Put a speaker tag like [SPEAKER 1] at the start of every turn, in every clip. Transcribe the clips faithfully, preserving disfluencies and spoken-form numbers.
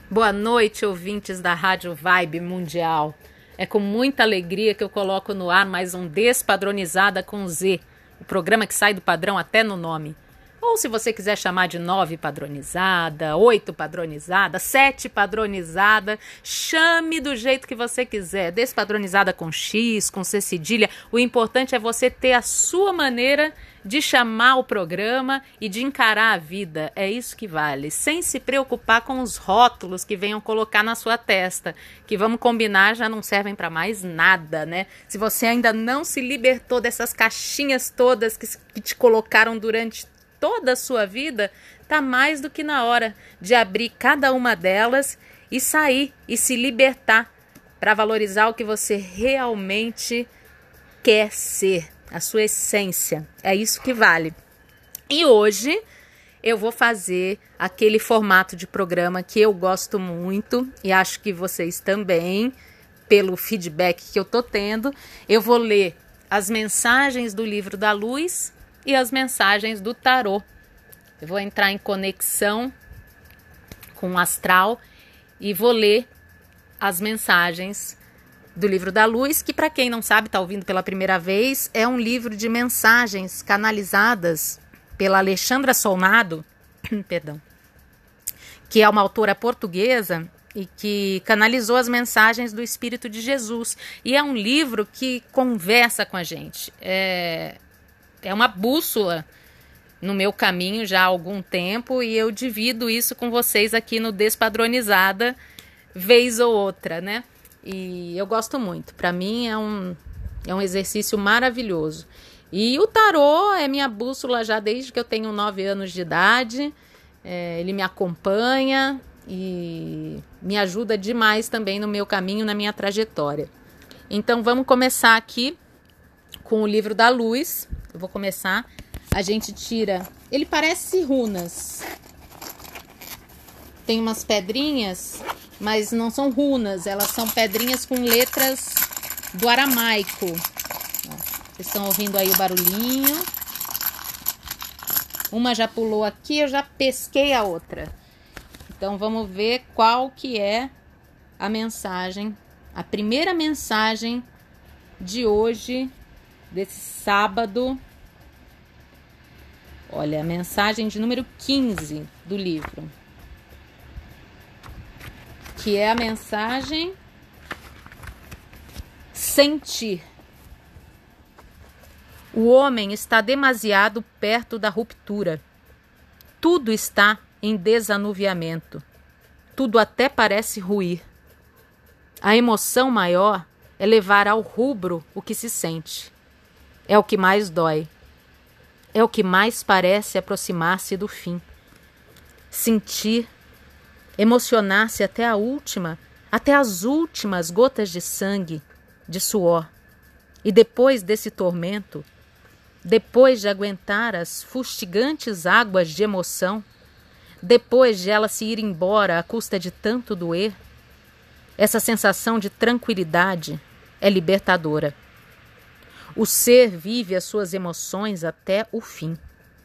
[SPEAKER 1] Boa noite, ouvintes da Rádio Vibe Mundial. É com muita alegria que eu coloco no ar mais um Despadronizada com Z, o programa que sai do padrão até no nome. Ou se você quiser chamar de nove padronizada, oito padronizada, sete padronizada, chame do jeito que você quiser. Despadronizada com X, com C cedilha. O importante é você ter a sua maneira de chamar o programa e de encarar a vida. É isso que vale. Sem se preocupar com os rótulos que venham colocar na sua testa, que vamos combinar já não servem para mais nada, né? Se você ainda não se libertou dessas caixinhas todas que, que te colocaram durante toda a sua vida, tá mais do que na hora de abrir cada uma delas e sair e se libertar para valorizar o que você realmente quer ser, a sua essência. É isso que vale. E hoje eu vou fazer aquele formato de programa que eu gosto muito e acho que vocês também, pelo feedback que eu tô tendo. Eu vou ler as mensagens do Livro da Luz e as mensagens do tarô. Eu vou entrar em conexão com o astral e vou ler as mensagens do Livro da Luz, que, para quem não sabe, está ouvindo pela primeira vez, é um livro de mensagens canalizadas pela Alexandra Solnado, perdão, que é uma autora portuguesa e que canalizou as mensagens do Espírito de Jesus. E é um livro que conversa com a gente. É... É uma bússola no meu caminho já há algum tempo e eu divido isso com vocês aqui no Despadronizada, vez ou outra, né? E eu gosto muito. Para mim é um, é um exercício maravilhoso. E o tarô é minha bússola já desde que eu tenho nove anos de idade. É, ele me acompanha e me ajuda demais também no meu caminho, na minha trajetória. Então vamos começar aqui com o Livro da Luz. Eu vou começar. A gente tira... Ele parece runas. Tem umas pedrinhas, mas não são runas. Elas são pedrinhas com letras do aramaico. Ó, vocês estão ouvindo aí o barulhinho. Uma já pulou aqui, eu já pesquei a outra. Então vamos ver qual que é a mensagem. A primeira mensagem de hoje, desse sábado. Olha, a mensagem de número quinze do livro, que é a mensagem sentir. O homem está demasiado perto da ruptura. Tudo está em desanuviamento. Tudo até parece ruir. A emoção maior é levar ao rubro o que se sente. É o que mais dói. É o que mais parece aproximar-se do fim. Sentir, emocionar-se até a última, até as últimas gotas de sangue, de suor. E depois desse tormento, depois de aguentar as fustigantes águas de emoção, depois de ela se ir embora à custa de tanto doer, essa sensação de tranquilidade é libertadora. O ser vive as suas emoções até o fim.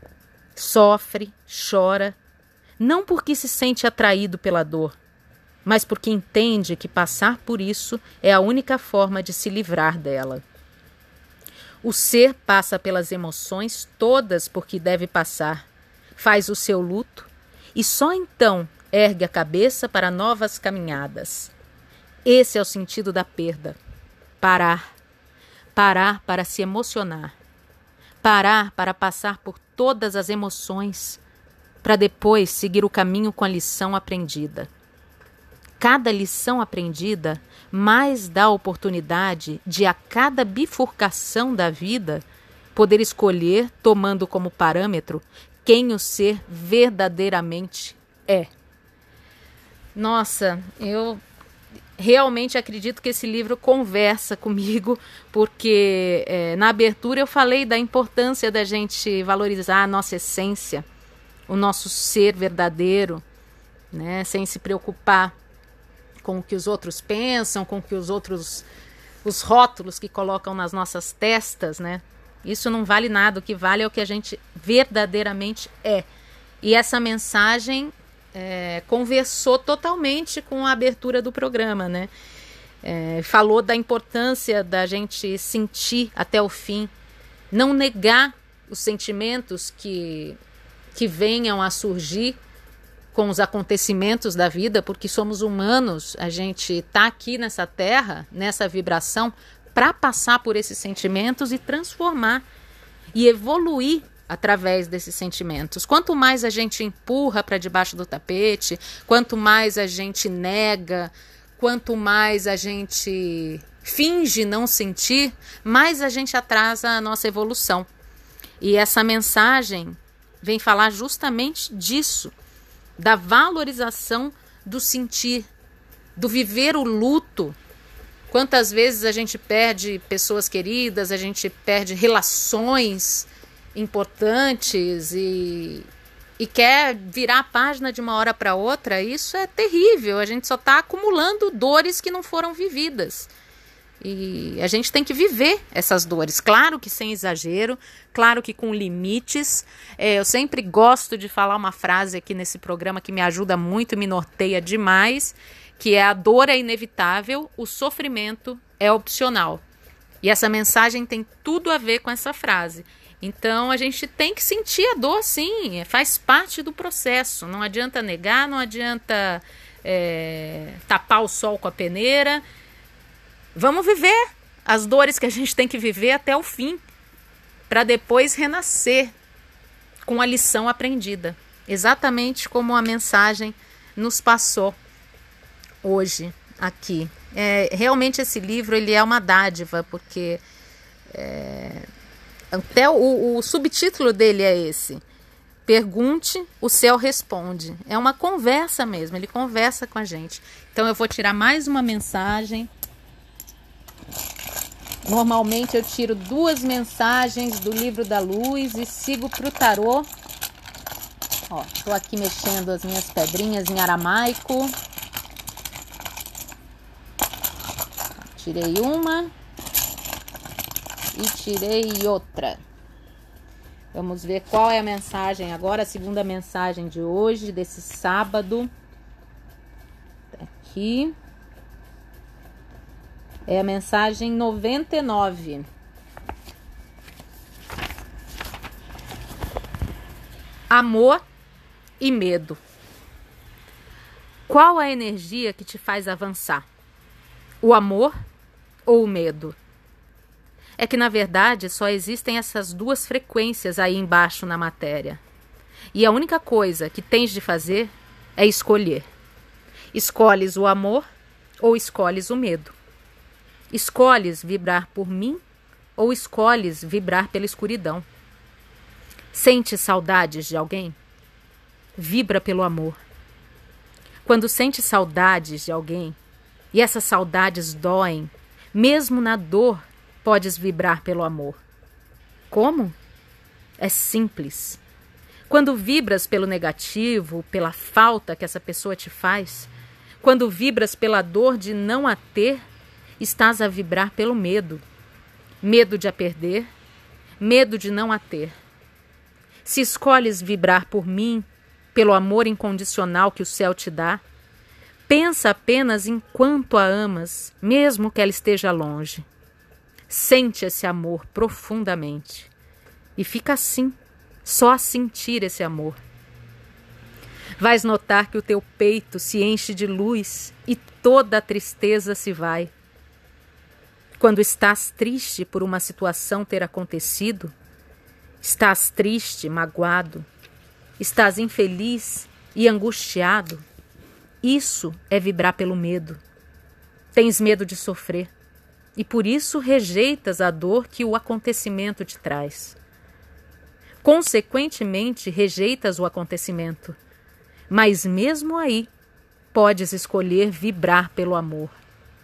[SPEAKER 1] Sofre, chora, não porque se sente atraído pela dor, mas porque entende que passar por isso é a única forma de se livrar dela. O ser passa pelas emoções todas porque deve passar, faz o seu luto e só então ergue a cabeça para novas caminhadas. Esse é o sentido da perda. Parar. Parar para se emocionar. Parar para passar por todas as emoções, para depois seguir o caminho com a lição aprendida. Cada lição aprendida mais dá a oportunidade de, a cada bifurcação da vida, poder escolher, tomando como parâmetro, quem o ser verdadeiramente é. Nossa, eu realmente acredito que esse livro conversa comigo, porque é, na abertura eu falei da importância da gente valorizar a nossa essência, o nosso ser verdadeiro, né, sem se preocupar com o que os outros pensam, com o que os outros, os rótulos que colocam nas nossas testas, né? Isso não vale nada, o que vale é o que a gente verdadeiramente é. E essa mensagem é, conversou totalmente com a abertura do programa, né? É, falou da importância da gente sentir até o fim, não negar os sentimentos que, que venham a surgir com os acontecimentos da vida, porque somos humanos, a gente está aqui nessa terra, nessa vibração, para passar por esses sentimentos e transformar e evoluir através desses sentimentos. Quanto mais a gente empurra para debaixo do tapete, quanto mais a gente nega, quanto mais a gente finge não sentir, mais a gente atrasa a nossa evolução. E essa mensagem vem falar justamente disso, da valorização do sentir, do viver o luto. Quantas vezes a gente perde pessoas queridas, a gente perde relações importantes e, e quer virar a página de uma hora para outra. Isso é terrível, a gente só está acumulando dores que não foram vividas. E a gente tem que viver essas dores, claro que sem exagero, claro que com limites. É, eu sempre gosto de falar uma frase aqui nesse programa que me ajuda muito, me norteia demais, que é: a dor é inevitável, o sofrimento é opcional. E essa mensagem tem tudo a ver com essa frase. Então a gente tem que sentir a dor, sim, faz parte do processo. Não adianta negar, não adianta é, tapar o sol com a peneira. Vamos viver as dores que a gente tem que viver até o fim, para depois renascer com a lição aprendida. Exatamente como a mensagem nos passou hoje aqui. É, realmente esse livro ele é uma dádiva, porque é, até o, o subtítulo dele é esse: Pergunte, o céu responde. É uma conversa mesmo, ele conversa com a gente. Então eu vou tirar mais uma mensagem. Normalmente eu tiro duas mensagens do livro da luz e sigo para o tarô. Ó, tô aqui mexendo as minhas pedrinhas em aramaico. Tirei uma e tirei outra. Vamos ver qual é a mensagem agora, a segunda mensagem de hoje, desse sábado. Aqui. É a mensagem noventa e nove. Amor e medo. Qual a energia que te faz avançar? O amor ou o medo? É que, na verdade, só existem essas duas frequências aí embaixo na matéria. E a única coisa que tens de fazer é escolher. Escolhes o amor ou escolhes o medo? Escolhes vibrar por mim ou escolhes vibrar pela escuridão? Sente saudades de alguém? Vibra pelo amor. Quando sente saudades de alguém e essas saudades doem, mesmo na dor, podes vibrar pelo amor. Como? É simples. Quando vibras pelo negativo, pela falta que essa pessoa te faz, quando vibras pela dor de não a ter, estás a vibrar pelo medo. Medo de a perder, medo de não a ter. Se escolhes vibrar por mim, pelo amor incondicional que o céu te dá, pensa apenas em quanto a amas, mesmo que ela esteja longe. Sente esse amor profundamente. E fica assim, só a sentir esse amor. Vais notar que o teu peito se enche de luz e toda a tristeza se vai. Quando estás triste por uma situação ter acontecido, estás triste, magoado, estás infeliz e angustiado, isso é vibrar pelo medo. Tens medo de sofrer e por isso rejeitas a dor que o acontecimento te traz. Consequentemente, rejeitas o acontecimento, mas mesmo aí podes escolher vibrar pelo amor.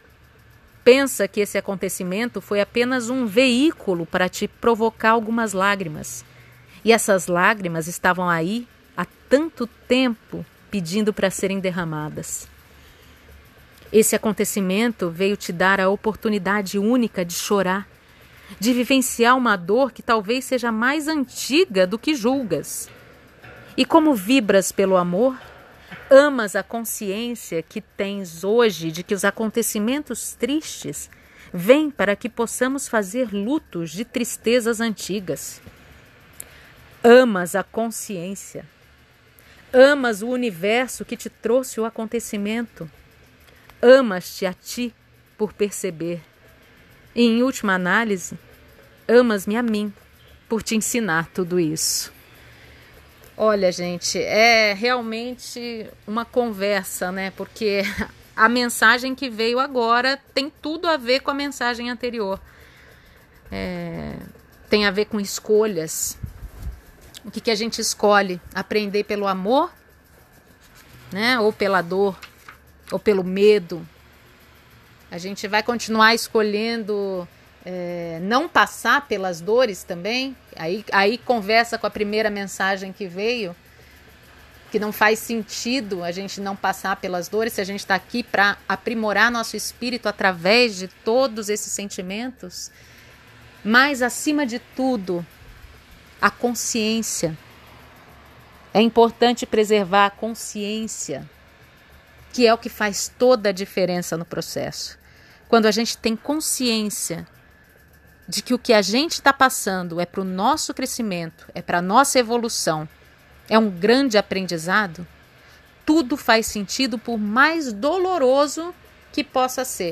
[SPEAKER 1] Pensa que esse acontecimento foi apenas um veículo para te provocar algumas lágrimas. E essas lágrimas estavam aí há tanto tempo pedindo para serem derramadas. Esse acontecimento veio te dar a oportunidade única de chorar, de vivenciar uma dor que talvez seja mais antiga do que julgas. E como vibras pelo amor, Amas a consciência que tens hoje de que os acontecimentos tristes vêm para que possamos fazer lutos de tristezas antigas. Amas a consciência. Amas o universo que te trouxe o acontecimento. Amas-te a ti por perceber. E, em última análise, amas-me a mim por te ensinar tudo isso. Olha, gente, é realmente uma conversa, né? Porque a mensagem que veio agora tem tudo a ver com a mensagem anterior. É, tem a ver com escolhas. O que, que a gente escolhe? Aprender pelo amor, né? Ou pela dor, ou pelo medo. A gente vai continuar escolhendo é, não passar pelas dores também. Aí, aí conversa com a primeira mensagem que veio, que não faz sentido a gente não passar pelas dores se a gente está aqui para aprimorar nosso espírito através de todos esses sentimentos. Mas, acima de tudo, a consciência. É importante preservar a consciência, que é o que faz toda a diferença no processo. Quando a gente tem consciência de que o que a gente está passando é para o nosso crescimento, é para a nossa evolução, é um grande aprendizado, tudo faz sentido, por mais doloroso que possa ser.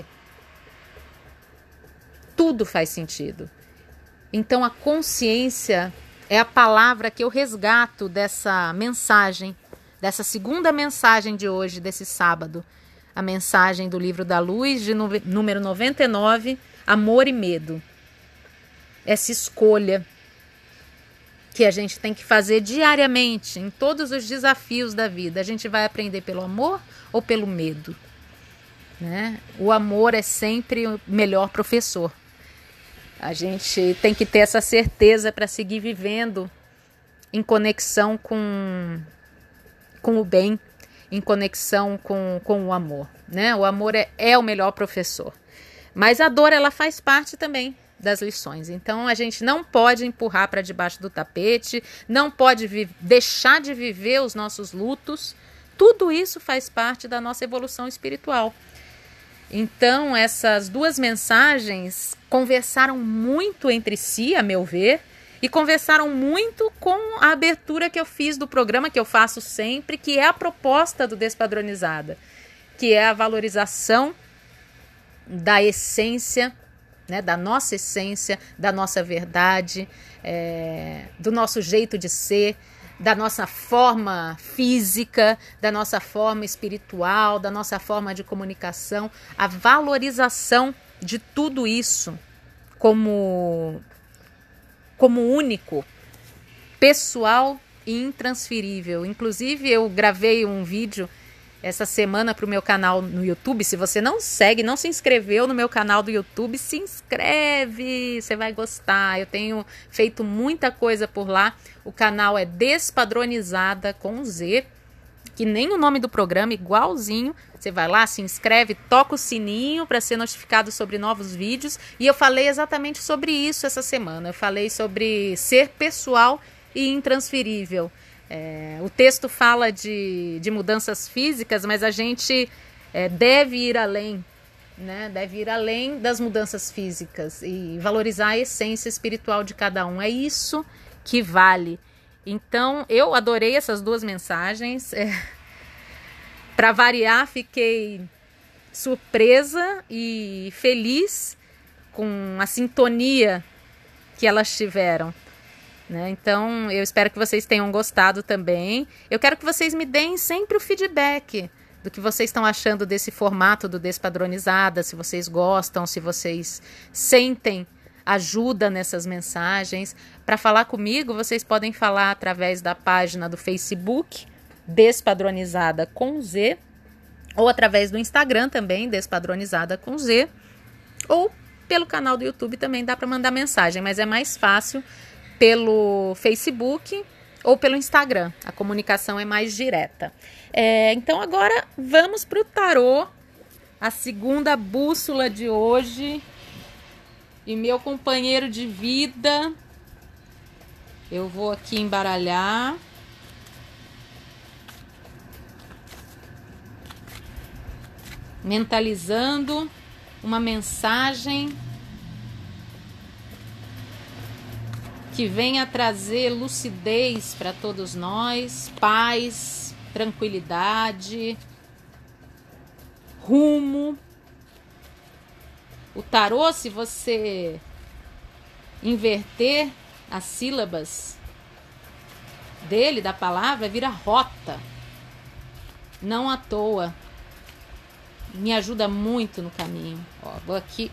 [SPEAKER 1] Tudo faz sentido. Então a consciência é a palavra que eu resgato dessa mensagem, dessa segunda mensagem de hoje, desse sábado. A mensagem do Livro da Luz, de número noventa e nove, Amor e Medo. Essa escolha que a gente tem que fazer diariamente, em todos os desafios da vida. A gente vai aprender pelo amor ou pelo medo? Né? O amor é sempre o melhor professor. A gente tem que ter essa certeza para seguir vivendo em conexão com, com o bem, em conexão com, com o amor. Né? O amor é, é o melhor professor. Mas a dor, ela faz parte também das lições. Então, a gente não pode empurrar para debaixo do tapete, não pode vi- deixar de viver os nossos lutos. Tudo isso faz parte da nossa evolução espiritual. Então, essas duas mensagens conversaram muito entre si, a meu ver, e conversaram muito com a abertura que eu fiz do programa, que eu faço sempre, que é a proposta do Despadronizada, que é a valorização da essência, né, da nossa essência, da nossa verdade, é, do nosso jeito de ser, da nossa forma física, da nossa forma espiritual, da nossa forma de comunicação, a valorização de tudo isso como, como único, pessoal e intransferível. Inclusive, eu gravei um vídeo essa semana para o meu canal no YouTube. Se você não segue, não se inscreveu no meu canal do YouTube, se inscreve, você vai gostar. Eu tenho feito muita coisa por lá. O canal é Despadronizada com Z, que nem o nome do programa, igualzinho. Você vai lá, se inscreve, toca o sininho para ser notificado sobre novos vídeos. E eu falei exatamente sobre isso essa semana. Eu falei sobre ser pessoal e intransferível. É, o texto fala de, de mudanças físicas, mas a gente é, deve ir além, né? Deve ir além das mudanças físicas e valorizar a essência espiritual de cada um. É isso que vale. Então, eu adorei essas duas mensagens. É, para variar, fiquei surpresa e feliz com a sintonia que elas tiveram. Né? Então, eu espero que vocês tenham gostado também. Eu quero que vocês me deem sempre o feedback do que vocês estão achando desse formato do Despadronizada, se vocês gostam, se vocês sentem ajuda nessas mensagens. Para falar comigo, vocês podem falar através da página do Facebook, Despadronizada com Z, ou através do Instagram também, Despadronizada com Z, ou pelo canal do YouTube também dá para mandar mensagem, mas é mais fácil pelo Facebook ou pelo Instagram. A comunicação é mais direta. É, então agora vamos para o tarô, a segunda bússola de hoje. E meu companheiro de vida, eu vou aqui embaralhar. mentalizando uma mensagem que venha trazer lucidez para todos nós, paz, tranquilidade, rumo. O tarô, se você inverter as sílabas dele, da palavra, vira rota. Não à toa. Me ajuda muito no caminho. Ó, vou aqui.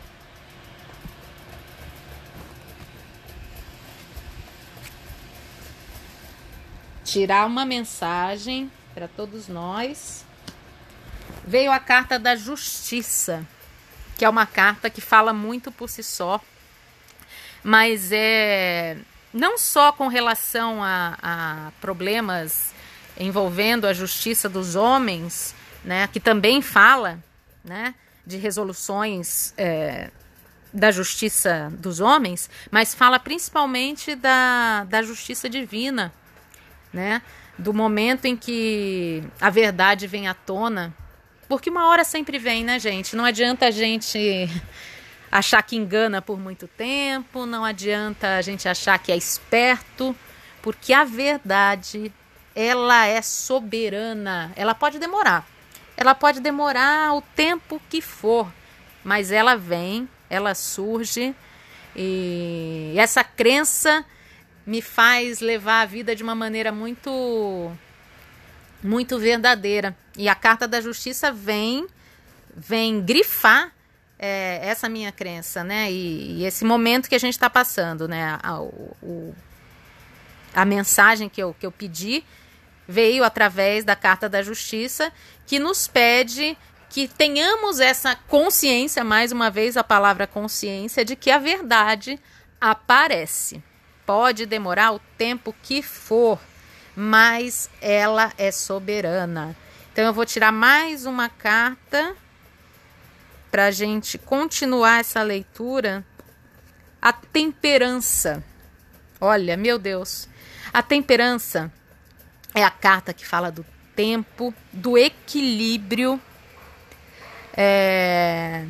[SPEAKER 1] Tirar uma mensagem para todos nós. Veio a carta da justiça, que é uma carta que fala muito por si só, mas é não só com relação a, a problemas envolvendo a justiça dos homens, né, que também fala, né, de resoluções é, da justiça dos homens, mas fala principalmente da, da justiça divina, né, do momento em que a verdade vem à tona, porque uma hora sempre vem, né, gente? Não adianta a gente achar que engana por muito tempo, não adianta a gente achar que é esperto, porque a verdade, ela é soberana. Ela pode demorar, ela pode demorar o tempo que for, mas ela vem, ela surge, e essa crença me faz levar a vida de uma maneira muito, muito verdadeira. E a carta da justiça vem, vem grifar é, essa minha crença, né? E, e esse momento que a gente está passando, né? A, o, a mensagem que eu, que eu pedi veio através da carta da justiça, que nos pede que tenhamos essa consciência, mais uma vez a palavra consciência, de que a verdade aparece. Pode demorar o tempo que for, mas ela é soberana. Então eu vou tirar mais uma carta para a gente continuar essa leitura. A temperança. Olha, meu Deus. A temperança é a carta que fala do tempo, do equilíbrio, é,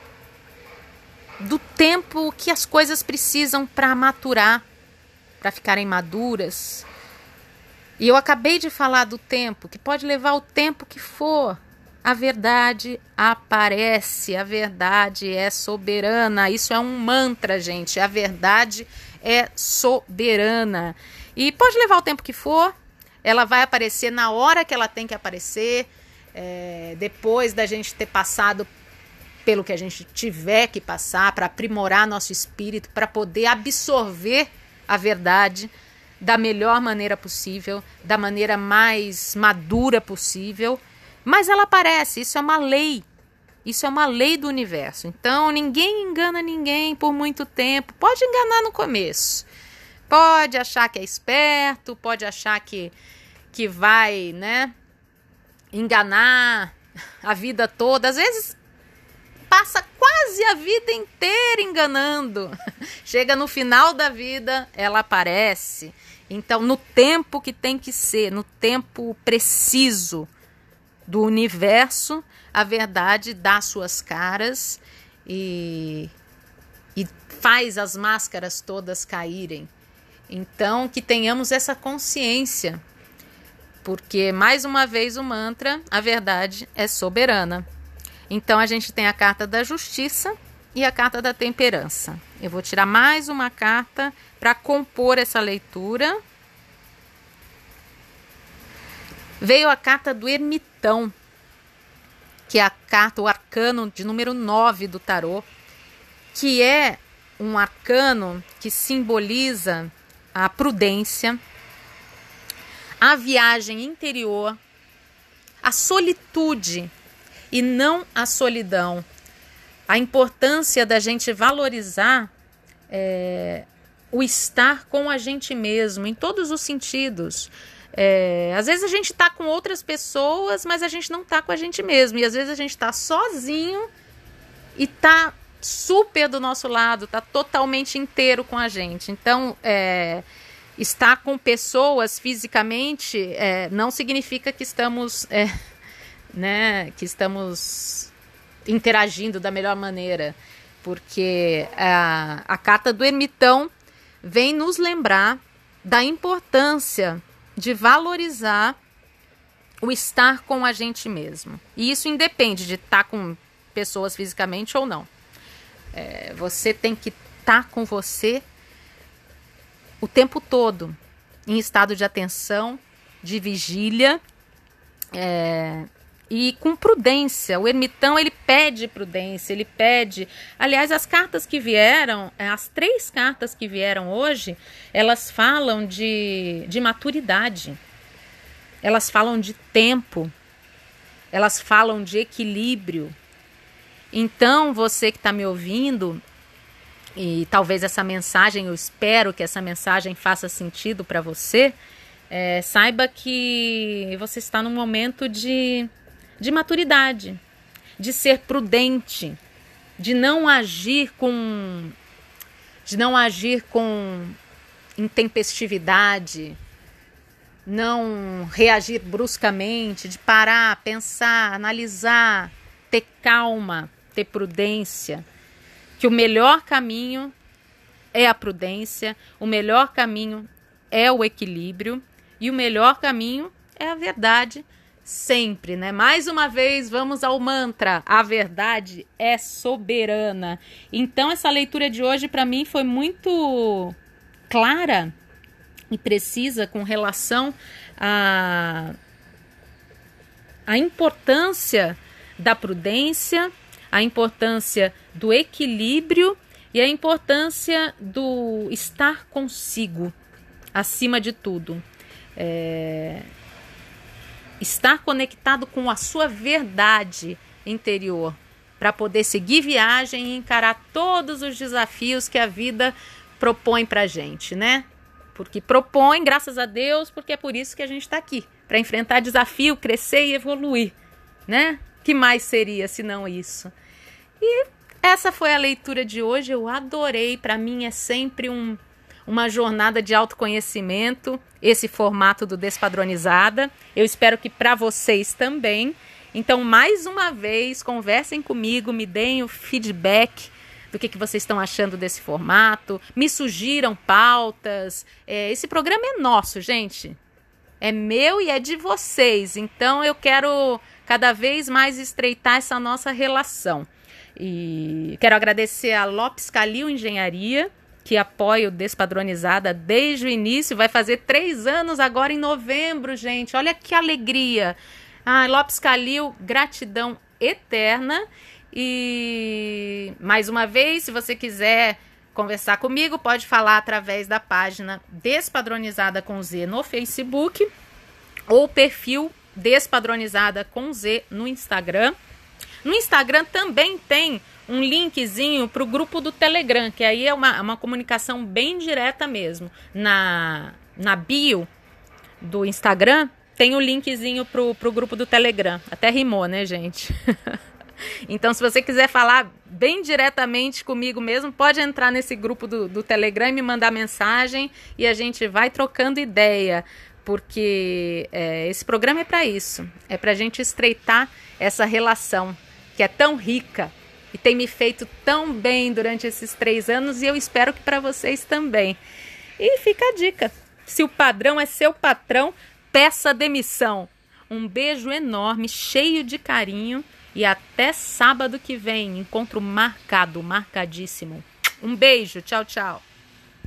[SPEAKER 1] do tempo que as coisas precisam para maturar, para ficarem maduras. E eu acabei de falar do tempo, que pode levar o tempo que for. A verdade aparece, a verdade é soberana. Isso é um mantra, gente. A verdade é soberana. E pode levar o tempo que for, ela vai aparecer na hora que ela tem que aparecer, é, depois da gente ter passado pelo que a gente tiver que passar, para aprimorar nosso espírito, para poder absorver a verdade da melhor maneira possível, da maneira mais madura possível. Mas ela aparece, isso é uma lei, isso é uma lei do universo. Então ninguém engana ninguém por muito tempo. Pode enganar no começo, pode achar que é esperto, pode achar que, que vai, né, enganar a vida toda. Às vezes passa quase a vida inteira enganando. Chega no final da vida, ela aparece. Então, no tempo que tem que ser, no tempo preciso do universo, a verdade dá suas caras e, e faz as máscaras todas caírem. Então, que tenhamos essa consciência, porque, mais uma vez, o mantra, a verdade é soberana. Então, a gente tem a carta da justiça e a carta da temperança. Eu vou tirar mais uma carta para compor essa leitura. Veio a carta do ermitão, que é a carta, o arcano de número nove do tarô, que é um arcano que simboliza a prudência, a viagem interior, a solitude e não a solidão. A importância da gente valorizar é, o estar com a gente mesmo, em todos os sentidos. É, às vezes a gente está com outras pessoas, mas a gente não está com a gente mesmo. E às vezes a gente está sozinho e está super do nosso lado, está totalmente inteiro com a gente. Então, é, estar com pessoas fisicamente é, não significa que estamos, é, né, que estamos interagindo da melhor maneira, porque a, a carta do ermitão vem nos lembrar da importância de valorizar o estar com a gente mesmo. E isso independe de estar com pessoas fisicamente ou não. É, você tem que estar com você o tempo todo, em estado de atenção, de vigília, é, e com prudência. O ermitão, ele pede prudência, ele pede... Aliás, as cartas que vieram, as três cartas que vieram hoje, elas falam de, de maturidade, elas falam de tempo, elas falam de equilíbrio. Então, você que está me ouvindo, e talvez essa mensagem, eu espero que essa mensagem faça sentido para você, é, saiba que você está num momento de... de maturidade, de ser prudente, de não agir com de não agir com intempestividade, não reagir bruscamente, de parar, pensar, analisar, ter calma, ter prudência, que o melhor caminho é a prudência, o melhor caminho é o equilíbrio e o melhor caminho é a verdade. Sempre, né? Mais uma vez, vamos ao mantra. A verdade é soberana. Então, essa leitura de hoje, para mim, foi muito clara e precisa com relação à a, a importância da prudência, a importância do equilíbrio e a importância do estar consigo, acima de tudo. É... Estar conectado com a sua verdade interior para poder seguir viagem e encarar todos os desafios que a vida propõe para a gente, né? Porque propõe, graças a Deus, porque é por isso que a gente está aqui, para enfrentar desafio, crescer e evoluir, né? Que mais seria se não isso? E essa foi a leitura de hoje, eu adorei, para mim é sempre um... uma jornada de autoconhecimento, esse formato do Despadronizada. Eu espero que para vocês também. Então, mais uma vez, conversem comigo, me deem o feedback do que, que vocês estão achando desse formato, me sugiram pautas. É, esse programa é nosso, gente. É meu e é de vocês. Então, eu quero cada vez mais estreitar essa nossa relação. E quero agradecer a Lopes Calil Engenharia, que apoia o Despadronizada desde o início, vai fazer três anos agora em novembro, gente. Olha que alegria. Ah, Lopes Calil, gratidão eterna. E mais uma vez, se você quiser conversar comigo, pode falar através da página Despadronizada com Z no Facebook ou perfil Despadronizada com Z no Instagram. No Instagram também tem um linkzinho para o grupo do Telegram, que aí é uma, uma comunicação bem direta mesmo. Na, na bio do Instagram tem o linkzinho para o grupo do Telegram. Até rimou, né, gente? Então, se você quiser falar bem diretamente comigo mesmo, pode entrar nesse grupo do, do Telegram e me mandar mensagem e a gente vai trocando ideia, porque é, esse programa é para isso, é para a gente estreitar essa relação que é tão rica e tem me feito tão bem durante esses três anos e eu espero que para vocês também. E fica a dica, se o padrão é seu patrão, peça demissão. Um beijo enorme, cheio de carinho e até sábado que vem, encontro marcado, marcadíssimo. Um beijo, tchau, tchau.